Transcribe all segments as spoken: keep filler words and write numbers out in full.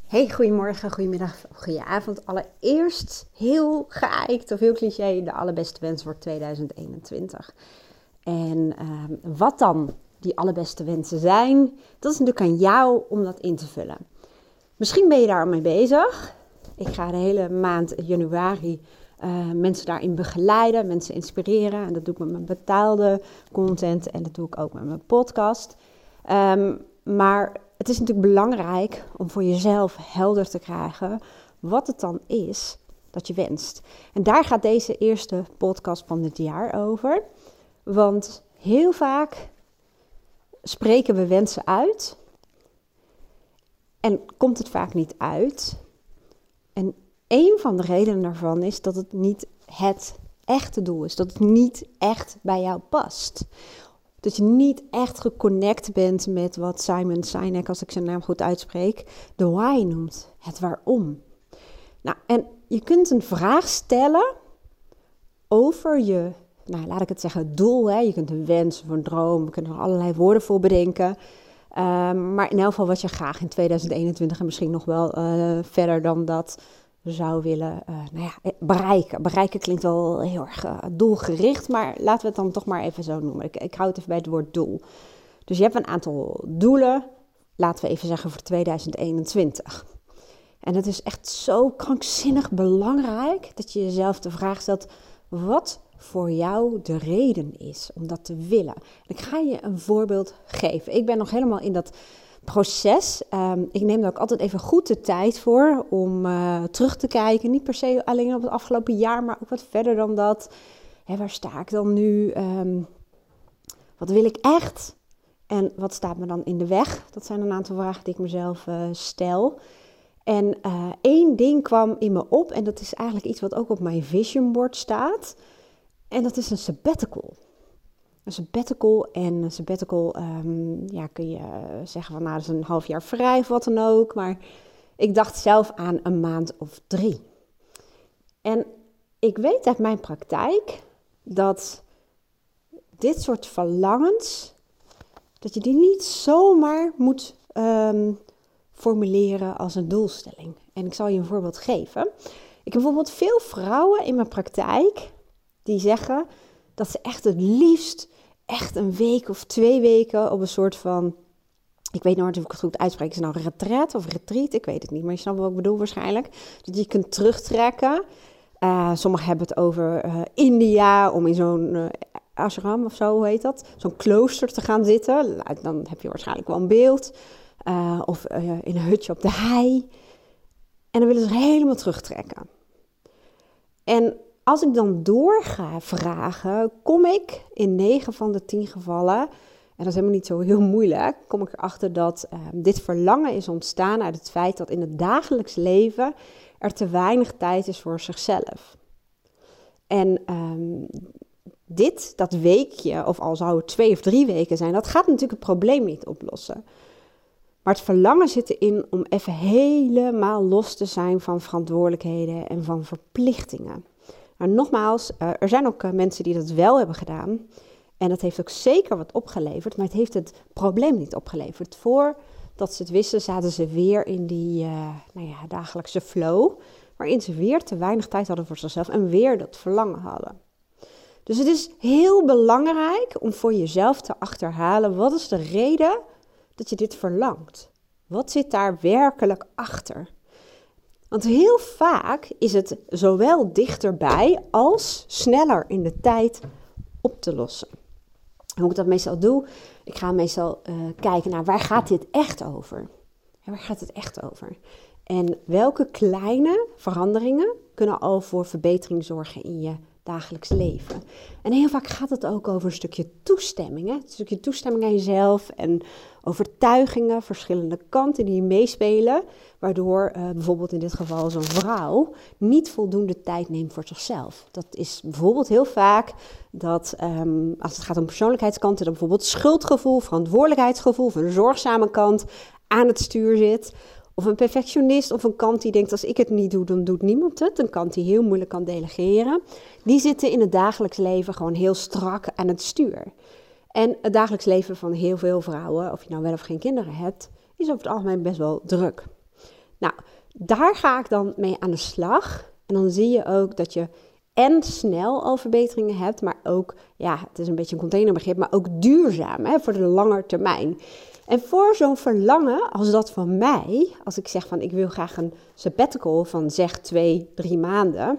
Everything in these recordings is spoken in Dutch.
Hey, goedemorgen, goedemiddag, goedenavond. Allereerst heel geëikt of heel cliché, de allerbeste wens voor tweeduizend eenentwintig. En uh, wat dan die allerbeste wensen zijn, dat is natuurlijk aan jou om dat in te vullen. Misschien ben je daar al mee bezig. Ik ga de hele maand januari uh, mensen daarin begeleiden, mensen inspireren. En dat doe ik met mijn betaalde content en dat doe ik ook met mijn podcast. Um, maar het is natuurlijk belangrijk om voor jezelf helder te krijgen wat het dan is dat je wenst. En daar gaat deze eerste podcast van dit jaar over. Want heel vaak spreken we wensen uit en komt het vaak niet uit. En een van de redenen daarvan is dat het niet het echte doel is. Dat het niet echt bij jou past. Dat je niet echt geconnect bent met wat Simon Sinek, als ik zijn naam goed uitspreek, de why noemt. Het waarom. Nou, en je kunt een vraag stellen over je, nou laat ik het zeggen, doel. Hè? Je kunt een wens of een droom, je kunt er allerlei woorden voor bedenken. Um, maar in elk geval wat je graag in tweeduizend eenentwintig en misschien nog wel uh, verder dan dat zou willen uh, nou ja, bereiken. Bereiken klinkt wel heel erg uh, doelgericht, maar laten we het dan toch maar even zo noemen. Ik, ik hou het even bij het woord doel. Dus je hebt een aantal doelen, laten we even zeggen voor tweeduizend eenentwintig. En het is echt zo krankzinnig belangrijk dat je jezelf de vraag stelt, wat voor jou de reden is om dat te willen. Ik ga je een voorbeeld geven. Ik ben nog helemaal in dat proces. Um, ik neem er ook altijd even goed de tijd voor om uh, terug te kijken. Niet per se alleen op het afgelopen jaar, maar ook wat verder dan dat. Hè, waar sta ik dan nu? Um, wat wil ik echt? En wat staat me dan in de weg? Dat zijn een aantal vragen die ik mezelf uh, stel. En uh, één ding kwam in me op. En dat is eigenlijk iets wat ook op mijn vision board staat. En dat is een sabbatical. Een sabbatical en een sabbatical, um, ja, kun je zeggen van nou, dat is een half jaar vrij of wat dan ook. Maar ik dacht zelf aan een maand of drie. En ik weet uit mijn praktijk dat dit soort verlangens, dat je die niet zomaar moet um, formuleren als een doelstelling. En ik zal je een voorbeeld geven. Ik heb bijvoorbeeld veel vrouwen in mijn praktijk die zeggen dat ze echt het liefst echt een week of twee weken op een soort van, ik weet nooit of ik het goed uitspreek, is het nou retreat of retreat? Ik weet het niet, maar je snapt wat ik bedoel waarschijnlijk. Dat je kunt terugtrekken. Uh, sommigen hebben het over uh, India, om in zo'n uh, ashram of zo, hoe heet dat? Zo'n klooster te gaan zitten. Dan heb je waarschijnlijk wel een beeld. Uh, of uh, in een hutje op de hei. En dan willen ze helemaal terugtrekken. En als ik dan door ga vragen, kom ik in negen van de tien gevallen, en dat is helemaal niet zo heel moeilijk, kom ik erachter dat uh, dit verlangen is ontstaan uit het feit dat in het dagelijks leven er te weinig tijd is voor zichzelf. En um, dit, dat weekje, of al zou het twee of drie weken zijn, dat gaat natuurlijk het probleem niet oplossen. Maar het verlangen zit erin om even helemaal los te zijn van verantwoordelijkheden en van verplichtingen. Maar nogmaals, uh, er zijn ook uh, mensen die dat wel hebben gedaan. En dat heeft ook zeker wat opgeleverd. Maar het heeft het probleem niet opgeleverd. Voordat ze het wisten, zaten ze weer in die uh, nou ja, dagelijkse flow. Waarin ze weer te weinig tijd hadden voor zichzelf. En weer dat verlangen hadden. Dus het is heel belangrijk om voor jezelf te achterhalen. Wat is de reden dat je dit verlangt? Wat zit daar werkelijk achter? Want heel vaak is het zowel dichterbij als sneller in de tijd op te lossen. En hoe ik dat meestal doe, ik ga meestal uh, kijken naar waar gaat dit echt over? En waar gaat het echt over? En welke kleine veranderingen kunnen al voor verbetering zorgen in je dagelijks leven? En heel vaak gaat het ook over een stukje toestemming. Hè? Een stukje toestemming aan jezelf en overtuigingen, verschillende kanten die meespelen. Waardoor uh, bijvoorbeeld in dit geval zo'n vrouw niet voldoende tijd neemt voor zichzelf. Dat is bijvoorbeeld heel vaak dat um, als het gaat om persoonlijkheidskanten, dat bijvoorbeeld schuldgevoel, verantwoordelijkheidsgevoel of een zorgzame kant aan het stuur zit. Of een perfectionist of een kant die denkt als ik het niet doe, dan doet niemand het. Een kant die heel moeilijk kan delegeren. Die zitten in het dagelijks leven gewoon heel strak aan het stuur. En het dagelijks leven van heel veel vrouwen, of je nou wel of geen kinderen hebt, is over het algemeen best wel druk. Nou, daar ga ik dan mee aan de slag. En dan zie je ook dat je en snel al verbeteringen hebt, maar ook, ja, het is een beetje een containerbegrip, maar ook duurzaam, hè, voor de lange termijn. En voor zo'n verlangen als dat van mij, als ik zeg van ik wil graag een sabbatical van zeg twee, drie maanden.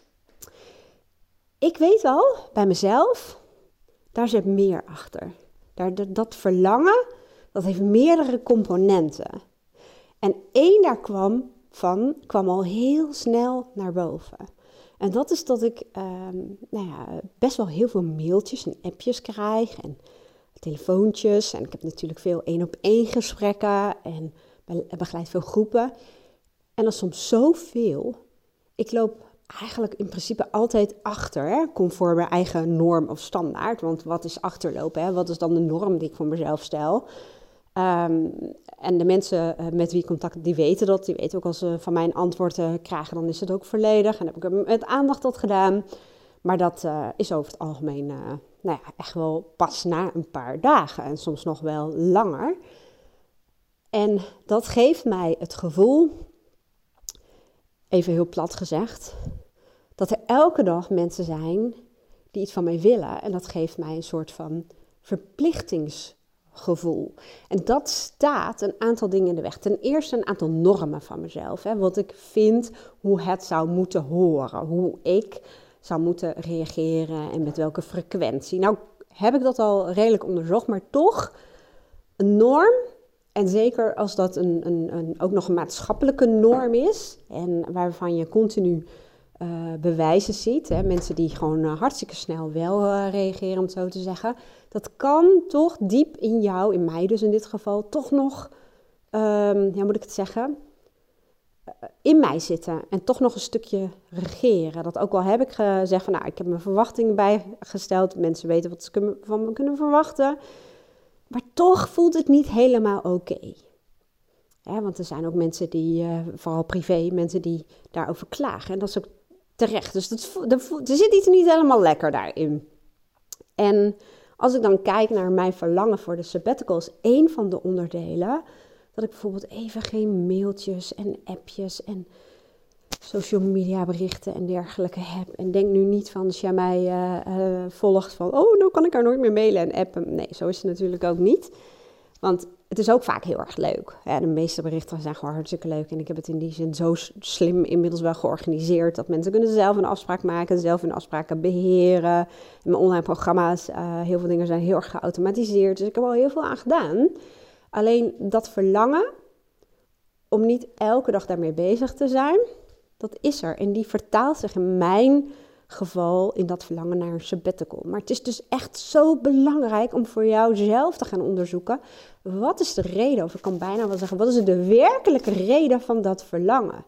Ik weet al bij mezelf, daar zit meer achter. Daar, dat, dat verlangen, dat heeft meerdere componenten. En één daar kwam van, kwam al heel snel naar boven. En dat is dat ik um, nou ja, best wel heel veel mailtjes en appjes krijg en telefoontjes. En ik heb natuurlijk veel één-op-één gesprekken en begeleid veel groepen. En dat is soms zoveel. Ik loop eigenlijk in principe altijd achter, hè, conform mijn eigen norm of standaard. Want wat is achterlopen? Hè? Wat is dan de norm die ik voor mezelf stel? Um, en de mensen uh, met wie ik contact, die weten dat. Die weten ook als ze van mij een antwoord uh, krijgen, dan is het ook volledig. En dan heb ik het met aandacht dat gedaan. Maar dat uh, is over het algemeen uh, nou ja, echt wel pas na een paar dagen. En soms nog wel langer. En dat geeft mij het gevoel, even heel plat gezegd, dat er elke dag mensen zijn die iets van mij willen. En dat geeft mij een soort van verplichtingsgevoel. En dat staat een aantal dingen in de weg. Ten eerste een aantal normen van mezelf. Hè, wat ik vind, hoe het zou moeten horen. Hoe ik zou moeten reageren en met welke frequentie. Nou heb ik dat al redelijk onderzocht, maar toch een norm. En zeker als dat een, een, een, ook nog een maatschappelijke norm is. En waarvan je continu uh, bewijzen ziet. Hè, mensen die gewoon uh, hartstikke snel wel uh, reageren, om het zo te zeggen. Dat kan toch diep in jou, in mij dus in dit geval, toch nog, um, ja, moet ik het zeggen, uh, in mij zitten. En toch nog een stukje regeren. Dat ook al heb ik gezegd van, nou, ik heb mijn verwachtingen bijgesteld. Mensen weten wat ze van me kunnen verwachten. Maar toch voelt het niet helemaal oké. Okay. Ja, want er zijn ook mensen die, uh, vooral privé, mensen die daarover klagen. En dat is ook terecht. Dus dat, dat, er zit iets niet helemaal lekker daarin. En als ik dan kijk naar mijn verlangen voor de sabbaticals, één van de onderdelen, dat ik bijvoorbeeld even geen mailtjes en appjes en social media berichten en dergelijke heb. En denk nu niet van, als jij mij uh, uh, volgt van, oh, nou kan ik haar nooit meer mailen en appen. Nee, zo is het natuurlijk ook niet. Want het is ook vaak heel erg leuk. Ja, de meeste berichten zijn gewoon hartstikke leuk. En ik heb het in die zin zo slim inmiddels wel georganiseerd, dat mensen kunnen zelf een afspraak maken, zelf hun afspraken beheren. En mijn online programma's, uh, heel veel dingen zijn heel erg geautomatiseerd. Dus ik heb al heel veel aan gedaan. Alleen dat verlangen om niet elke dag daarmee bezig te zijn, dat is er. En die vertaalt zich in mijn geval in dat verlangen naar een sabbatical. Maar het is dus echt zo belangrijk om voor jou zelf te gaan onderzoeken. Wat is de reden, of ik kan bijna wel zeggen, wat is de werkelijke reden van dat verlangen?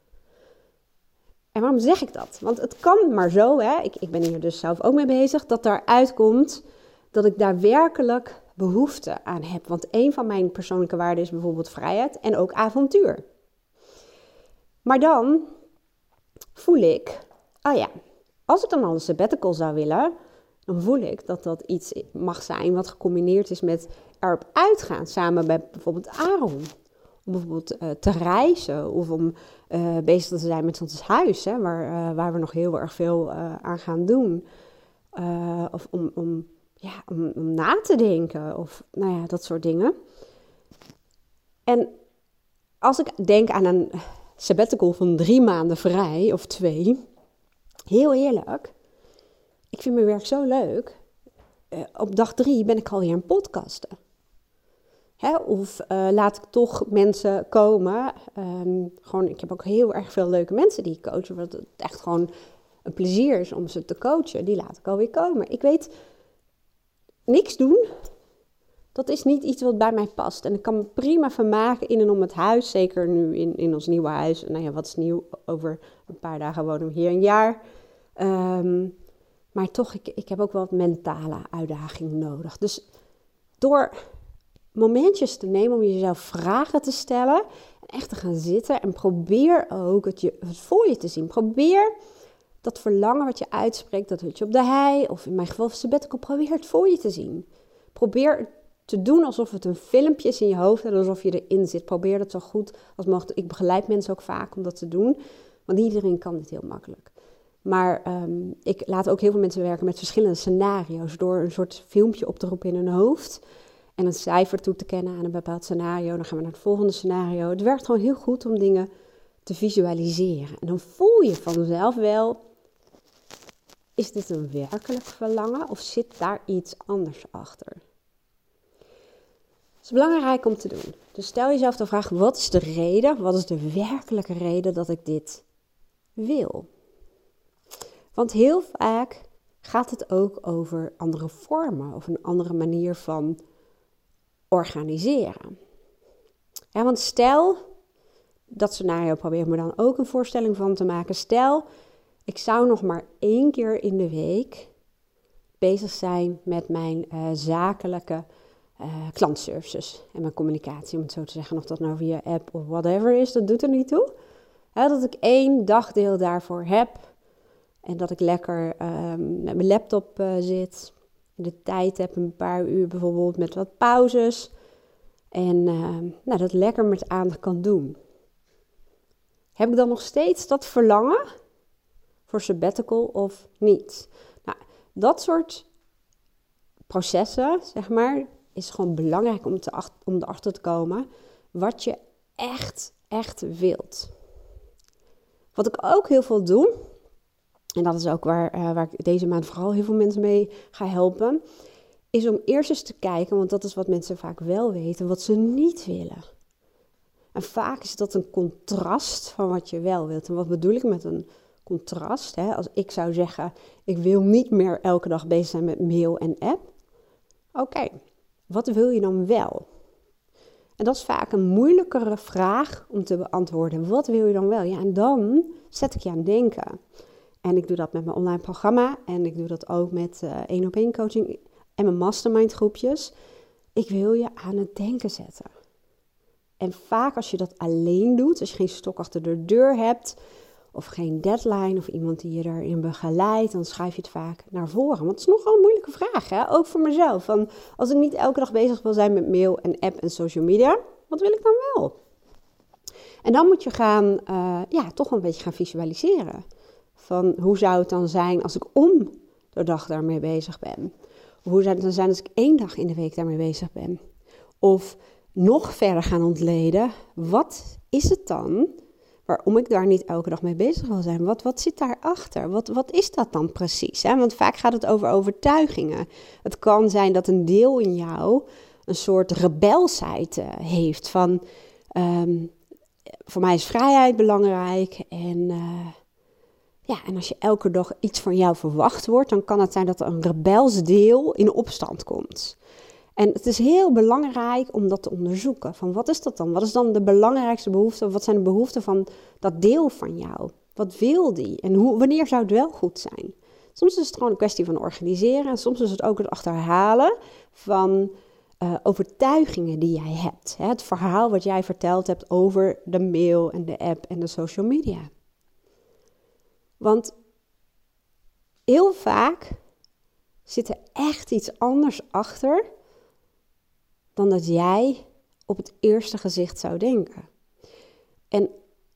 En waarom zeg ik dat? Want het kan maar zo, hè, ik, ik ben hier dus zelf ook mee bezig, dat daaruit komt dat ik daar werkelijk behoefte aan heb. Want een van mijn persoonlijke waarden is bijvoorbeeld vrijheid en ook avontuur. Maar dan voel ik, oh ja, als ik dan al een sabbatical zou willen, dan voel ik dat dat iets mag zijn wat gecombineerd is met erop uitgaan, samen bij bijvoorbeeld Aaron. Om bijvoorbeeld uh, te reizen of om uh, bezig te zijn met ons huis, hè, waar, uh, waar we nog heel erg veel uh, aan gaan doen. Uh, of om, om, ja, om, om na te denken of nou ja, dat soort dingen. En als ik denk aan een sabbatical van drie maanden vrij of twee, heel eerlijk, ik vind mijn werk zo leuk. Uh, op dag drie ben ik alweer aan podcasten. Hè, of uh, laat ik toch mensen komen. Um, gewoon, ik heb ook heel erg veel leuke mensen die ik coach. Wat het echt gewoon een plezier is om ze te coachen. Die laat ik alweer komen. Ik weet, niks doen, dat is niet iets wat bij mij past. En ik kan me prima vermaken in en om het huis. Zeker nu in, in ons nieuwe huis. Nou ja, wat is nieuw? Over een paar dagen wonen we hier een jaar. Um, maar toch, ik, ik heb ook wel wat mentale uitdaging nodig. Dus door momentjes te nemen om jezelf vragen te stellen en echt te gaan zitten en probeer ook het, je, het voor je te zien. Probeer dat verlangen wat je uitspreekt, dat hutje op de hei of in mijn geval sabbatical, probeer het voor je te zien. Probeer te doen alsof het een filmpje is in je hoofd en alsof je erin zit. Probeer dat zo goed als mogelijk. Ik begeleid mensen ook vaak om dat te doen, want niet iedereen kan dit heel makkelijk. Maar um, ik laat ook heel veel mensen werken met verschillende scenario's door een soort filmpje op te roepen in hun hoofd en een cijfer toe te kennen aan een bepaald scenario. Dan gaan we naar het volgende scenario. Het werkt gewoon heel goed om dingen te visualiseren. En dan voel je vanzelf wel, is dit een werkelijk verlangen of zit daar iets anders achter? Het is belangrijk om te doen. Dus stel jezelf de vraag, wat is de reden, wat is de werkelijke reden dat ik dit wil? Want heel vaak gaat het ook over andere vormen of een andere manier van organiseren. Ja, want stel, dat scenario probeer me dan ook een voorstelling van te maken. Stel, ik zou nog maar één keer in de week bezig zijn met mijn uh, zakelijke uh, klantservices en mijn communicatie, om het zo te zeggen. Of dat nou via app of whatever is, dat doet er niet toe. Ja, dat ik één dagdeel daarvoor heb en dat ik lekker uh, met mijn laptop uh, zit. De tijd heb, een paar uur bijvoorbeeld met wat pauzes. En uh, nou, dat lekker met aandacht kan doen. Heb ik dan nog steeds dat verlangen voor sabbatical of niet? Nou, dat soort processen, zeg maar, is gewoon belangrijk om, te ach- om erachter te komen wat je echt, echt wilt. Wat ik ook heel veel doe, en dat is ook waar, uh, waar ik deze maand vooral heel veel mensen mee ga helpen, is om eerst eens te kijken, want dat is wat mensen vaak wel weten, wat ze niet willen. En vaak is dat een contrast van wat je wel wilt. En wat bedoel ik met een contrast? Hè? Als ik zou zeggen, ik wil niet meer elke dag bezig zijn met mail en app. Oké, okay, wat wil je dan wel? En dat is vaak een moeilijkere vraag om te beantwoorden. Wat wil je dan wel? Ja, en dan zet ik je aan het denken. En ik doe dat met mijn online programma. En ik doe dat ook met uh, één op één coaching en mijn mastermind groepjes. Ik wil je aan het denken zetten. En vaak als je dat alleen doet, als je geen stok achter de deur hebt, of geen deadline, of iemand die je daarin begeleidt, dan schuif je het vaak naar voren. Want het is nogal een moeilijke vraag, hè? Ook voor mezelf. Van, als ik niet elke dag bezig wil zijn met mail en app en social media, wat wil ik dan wel? En dan moet je gaan, uh, ja, toch een beetje gaan visualiseren. Van hoe zou het dan zijn als ik om de dag daarmee bezig ben? Of hoe zou het dan zijn als ik één dag in de week daarmee bezig ben? Of nog verder gaan ontleden, wat is het dan waarom ik daar niet elke dag mee bezig wil zijn? Wat, wat zit daarachter? Wat, wat is dat dan precies? Hè? Want vaak gaat het over overtuigingen. Het kan zijn dat een deel in jou een soort rebelsheid uh, heeft van, um, voor mij is vrijheid belangrijk en uh, ja, en als je elke dag iets van jou verwacht wordt, dan kan het zijn dat er een rebels deel in opstand komt. En het is heel belangrijk om dat te onderzoeken. Van wat is dat dan? Wat is dan de belangrijkste behoefte? Wat zijn de behoeften van dat deel van jou? Wat wil die? En hoe, wanneer zou het wel goed zijn? Soms is het gewoon een kwestie van organiseren. En soms is het ook het achterhalen van uh, overtuigingen die jij hebt. Hè? Het verhaal wat jij verteld hebt over de mail en de app en de social media. Want heel vaak zit er echt iets anders achter dan dat jij op het eerste gezicht zou denken. En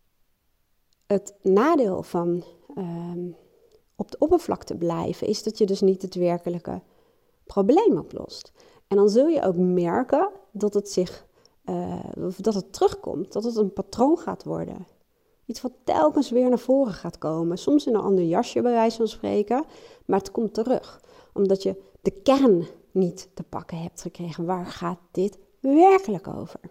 het nadeel van um, op de oppervlakte blijven is dat je dus niet het werkelijke probleem oplost. En dan zul je ook merken dat het zich, uh, dat het terugkomt, dat het een patroon gaat worden. Iets wat telkens weer naar voren gaat komen. Soms in een ander jasje bij wijze van spreken, maar het komt terug. Omdat je de kern niet te pakken hebt gekregen. Waar gaat dit werkelijk over?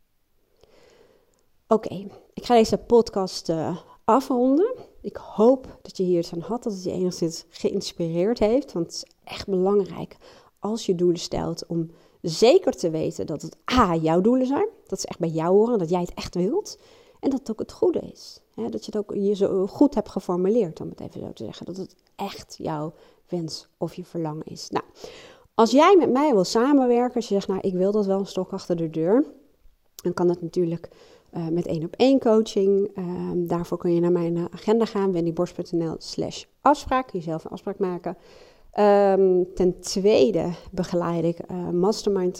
Oké, okay, ik ga deze podcast uh, afronden. Ik hoop dat je hier iets aan had, dat het je enigszins geïnspireerd heeft. Want het is echt belangrijk als je doelen stelt om zeker te weten dat het A, jouw doelen zijn. Dat ze echt bij jou horen, dat jij het echt wilt. En dat het ook het goede is. Hè? Dat je het ook je zo goed hebt geformuleerd, om het even zo te zeggen. Dat het echt jouw wens of je verlangen is. Nou, als jij met mij wil samenwerken, als je zegt, nou, ik wil dat wel een stok achter de deur, dan kan dat natuurlijk uh, met één op één coaching. Uh, daarvoor kun je naar mijn agenda gaan, wendyborst.nl slash afspraak. Kun je zelf een afspraak maken. Um, ten tweede begeleid ik uh, mastermind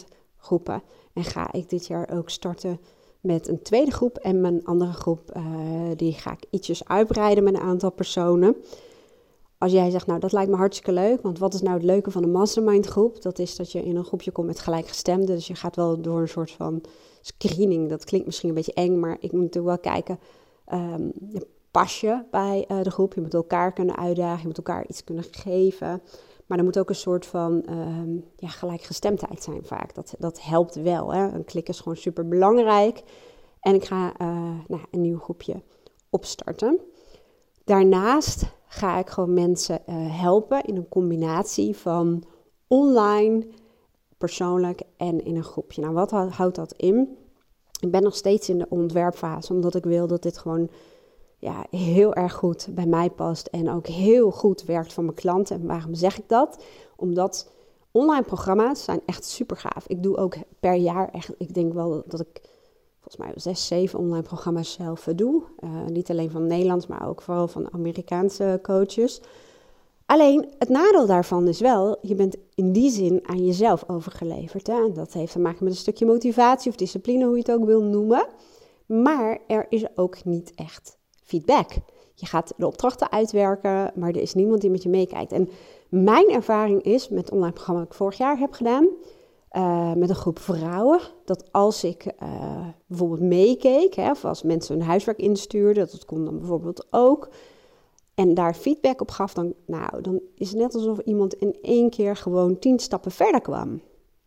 groepen. En ga ik dit jaar ook starten met een tweede groep. En mijn andere groep, uh, die ga ik ietsjes uitbreiden met een aantal personen. Als jij zegt, nou dat lijkt me hartstikke leuk. Want wat is nou het leuke van een mastermind groep? Dat is dat je in een groepje komt met gelijkgestemden. Dus je gaat wel door een soort van screening. Dat klinkt misschien een beetje eng, maar ik moet natuurlijk wel kijken. Um, pas je bij uh, de groep? Je moet elkaar kunnen uitdagen. Je moet elkaar iets kunnen geven. Maar er moet ook een soort van um, ja, gelijkgestemdheid zijn vaak. Dat, dat helpt wel. Hè? Een klik is gewoon super belangrijk. En ik ga uh, nou, een nieuw groepje opstarten. Daarnaast ga ik gewoon mensen uh, helpen in een combinatie van online, persoonlijk en in een groepje. Nou, wat houdt dat in? Ik ben nog steeds in de ontwerpfase, omdat ik wil dat dit gewoon ja, heel erg goed bij mij past en ook heel goed werkt voor mijn klanten. En waarom zeg ik dat? Omdat online programma's zijn echt super gaaf. Ik doe ook per jaar echt, ik denk wel dat ik volgens mij zes, zeven online programma's zelf doe. Uh, niet alleen van Nederlands, maar ook vooral van Amerikaanse coaches. Alleen, het nadeel daarvan is wel, je bent in die zin aan jezelf overgeleverd. Hè? En dat heeft te maken met een stukje motivatie of discipline, hoe je het ook wil noemen. Maar er is ook niet echt feedback. Je gaat de opdrachten uitwerken, maar er is niemand die met je meekijkt. En mijn ervaring is, met het online programma dat ik vorig jaar heb gedaan, Uh, met een groep vrouwen, dat als ik uh, bijvoorbeeld meekeek, hè, of als mensen hun huiswerk instuurden, dat kon dan bijvoorbeeld ook, en daar feedback op gaf, dan, nou, dan is het net alsof iemand in één keer gewoon tien stappen verder kwam.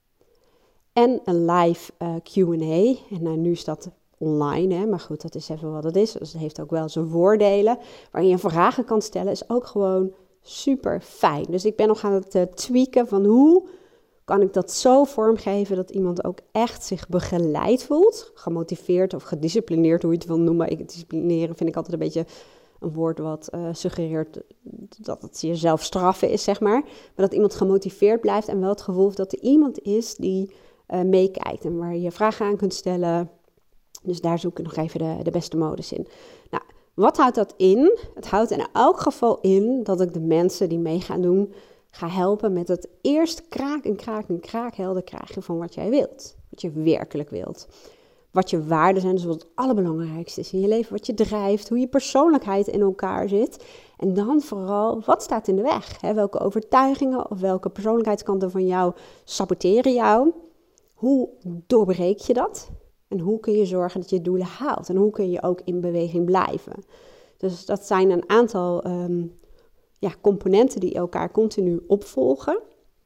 En een live uh, Q en A, en nou, nu is dat online, hè, maar goed, dat is even wat het is, dus het heeft ook wel zijn voordelen, waarin je vragen kan stellen, is ook gewoon super fijn. Dus ik ben nog aan het uh, tweaken van hoe kan ik dat zo vormgeven dat iemand ook echt zich begeleid voelt, gemotiveerd of gedisciplineerd, hoe je het wil noemen. Ik, disciplineren vind ik altijd een beetje een woord wat uh, suggereert dat het jezelf straffen is, zeg maar. Maar dat iemand gemotiveerd blijft en wel het gevoel heeft dat er iemand is die uh, meekijkt en waar je vragen aan kunt stellen. Dus daar zoek ik nog even de, de beste modus in. Nou, wat houdt dat in? Het houdt in elk geval in dat ik de mensen die mee gaan doen ga helpen met het eerst kraak en kraak en kraak helder krijgen van wat jij wilt. Wat je werkelijk wilt. Wat je waarden zijn, dus wat het allerbelangrijkste is in je leven. Wat je drijft, hoe je persoonlijkheid in elkaar zit. En dan vooral, wat staat in de weg? Hè? Welke overtuigingen of welke persoonlijkheidskanten van jou saboteren jou? Hoe doorbreek je dat? En hoe kun je zorgen dat je doelen haalt? En hoe kun je ook in beweging blijven? Dus dat zijn een aantal Um, Ja, componenten die elkaar continu opvolgen.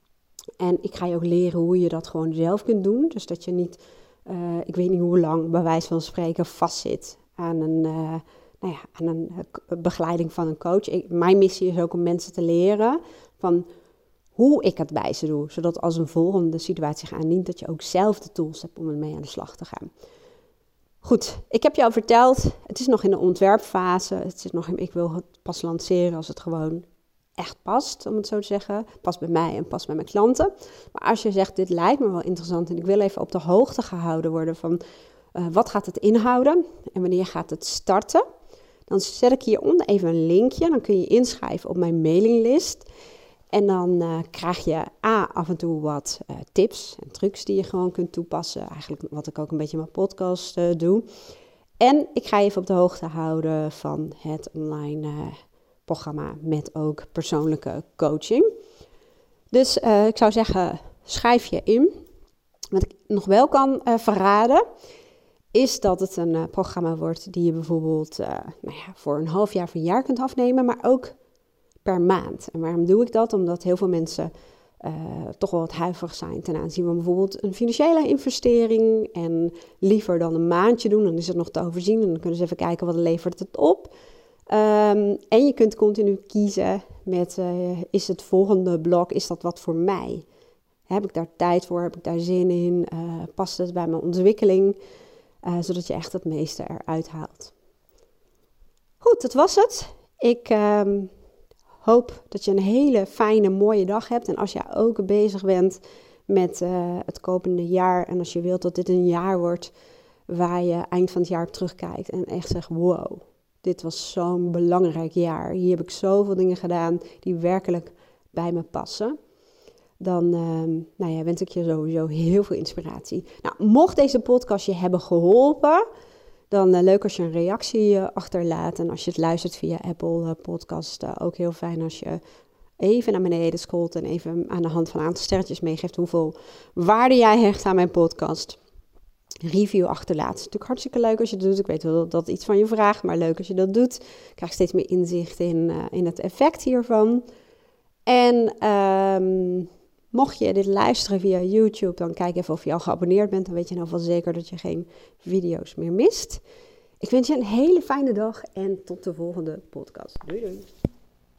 En ik ga je ook leren hoe je dat gewoon zelf kunt doen. Dus dat je niet, uh, ik weet niet hoe lang, bij wijze van spreken, vastzit aan een, uh, nou ja, aan een uh, begeleiding van een coach. Ik, mijn missie is ook om mensen te leren van hoe ik het bij ze doe. Zodat als een volgende situatie zich aandient, dat je ook zelf de tools hebt om ermee aan de slag te gaan. Goed, ik heb je al verteld, het is nog in de ontwerpfase. Het is nog, ik wil het pas lanceren als het gewoon echt past, om het zo te zeggen. Past bij mij en past bij mijn klanten. Maar als je zegt, dit lijkt me wel interessant en ik wil even op de hoogte gehouden worden van uh, wat gaat het inhouden en wanneer gaat het starten, dan zet ik hieronder even een linkje. Dan kun je inschrijven op mijn mailinglist. En dan uh, krijg je A, af en toe wat uh, tips en trucs die je gewoon kunt toepassen. Eigenlijk wat ik ook een beetje in mijn podcast uh, doe. En ik ga je even op de hoogte houden van het online uh, programma met ook persoonlijke coaching. Dus uh, ik zou zeggen, schrijf je in. Wat ik nog wel kan uh, verraden, is dat het een uh, programma wordt die je bijvoorbeeld uh, nou ja, voor een half jaar of een jaar kunt afnemen, maar ook per maand. En waarom doe ik dat? Omdat heel veel mensen uh, toch wel wat huiverig zijn ten aanzien van bijvoorbeeld een financiële investering en liever dan een maandje doen. Dan is het nog te overzien en dan kunnen ze even kijken wat levert het op. Um, en je kunt continu kiezen met uh, is het volgende blok, is dat wat voor mij? Heb ik daar tijd voor? Heb ik daar zin in? Uh, past het bij mijn ontwikkeling? Uh, zodat je echt het meeste eruit haalt. Goed, dat was het. Ik Um, hoop dat je een hele fijne, mooie dag hebt. En als je ook bezig bent met uh, het komende jaar en als je wilt dat dit een jaar wordt waar je eind van het jaar op terugkijkt en echt zegt, wow, dit was zo'n belangrijk jaar. Hier heb ik zoveel dingen gedaan die werkelijk bij me passen. dan um, nou ja, wens ik je sowieso heel veel inspiratie. Nou, mocht deze podcast je hebben geholpen, dan uh, leuk als je een reactie uh, achterlaat. En als je het luistert via Apple uh, Podcast, uh, ook heel fijn als je even naar beneden scrolt en even aan de hand van een aantal sterretjes meegeeft hoeveel waarde jij hecht aan mijn podcast. Review achterlaat. Het is natuurlijk hartstikke leuk als je het doet. Ik weet wel dat dat iets van je vraagt, maar leuk als je dat doet. Ik krijg steeds meer inzicht in, uh, in het effect hiervan. En um, mocht je dit luisteren via YouTube, dan kijk even of je al geabonneerd bent. Dan weet je in ieder geval zeker dat je geen video's meer mist. Ik wens je een hele fijne dag en tot de volgende podcast. Doei doei.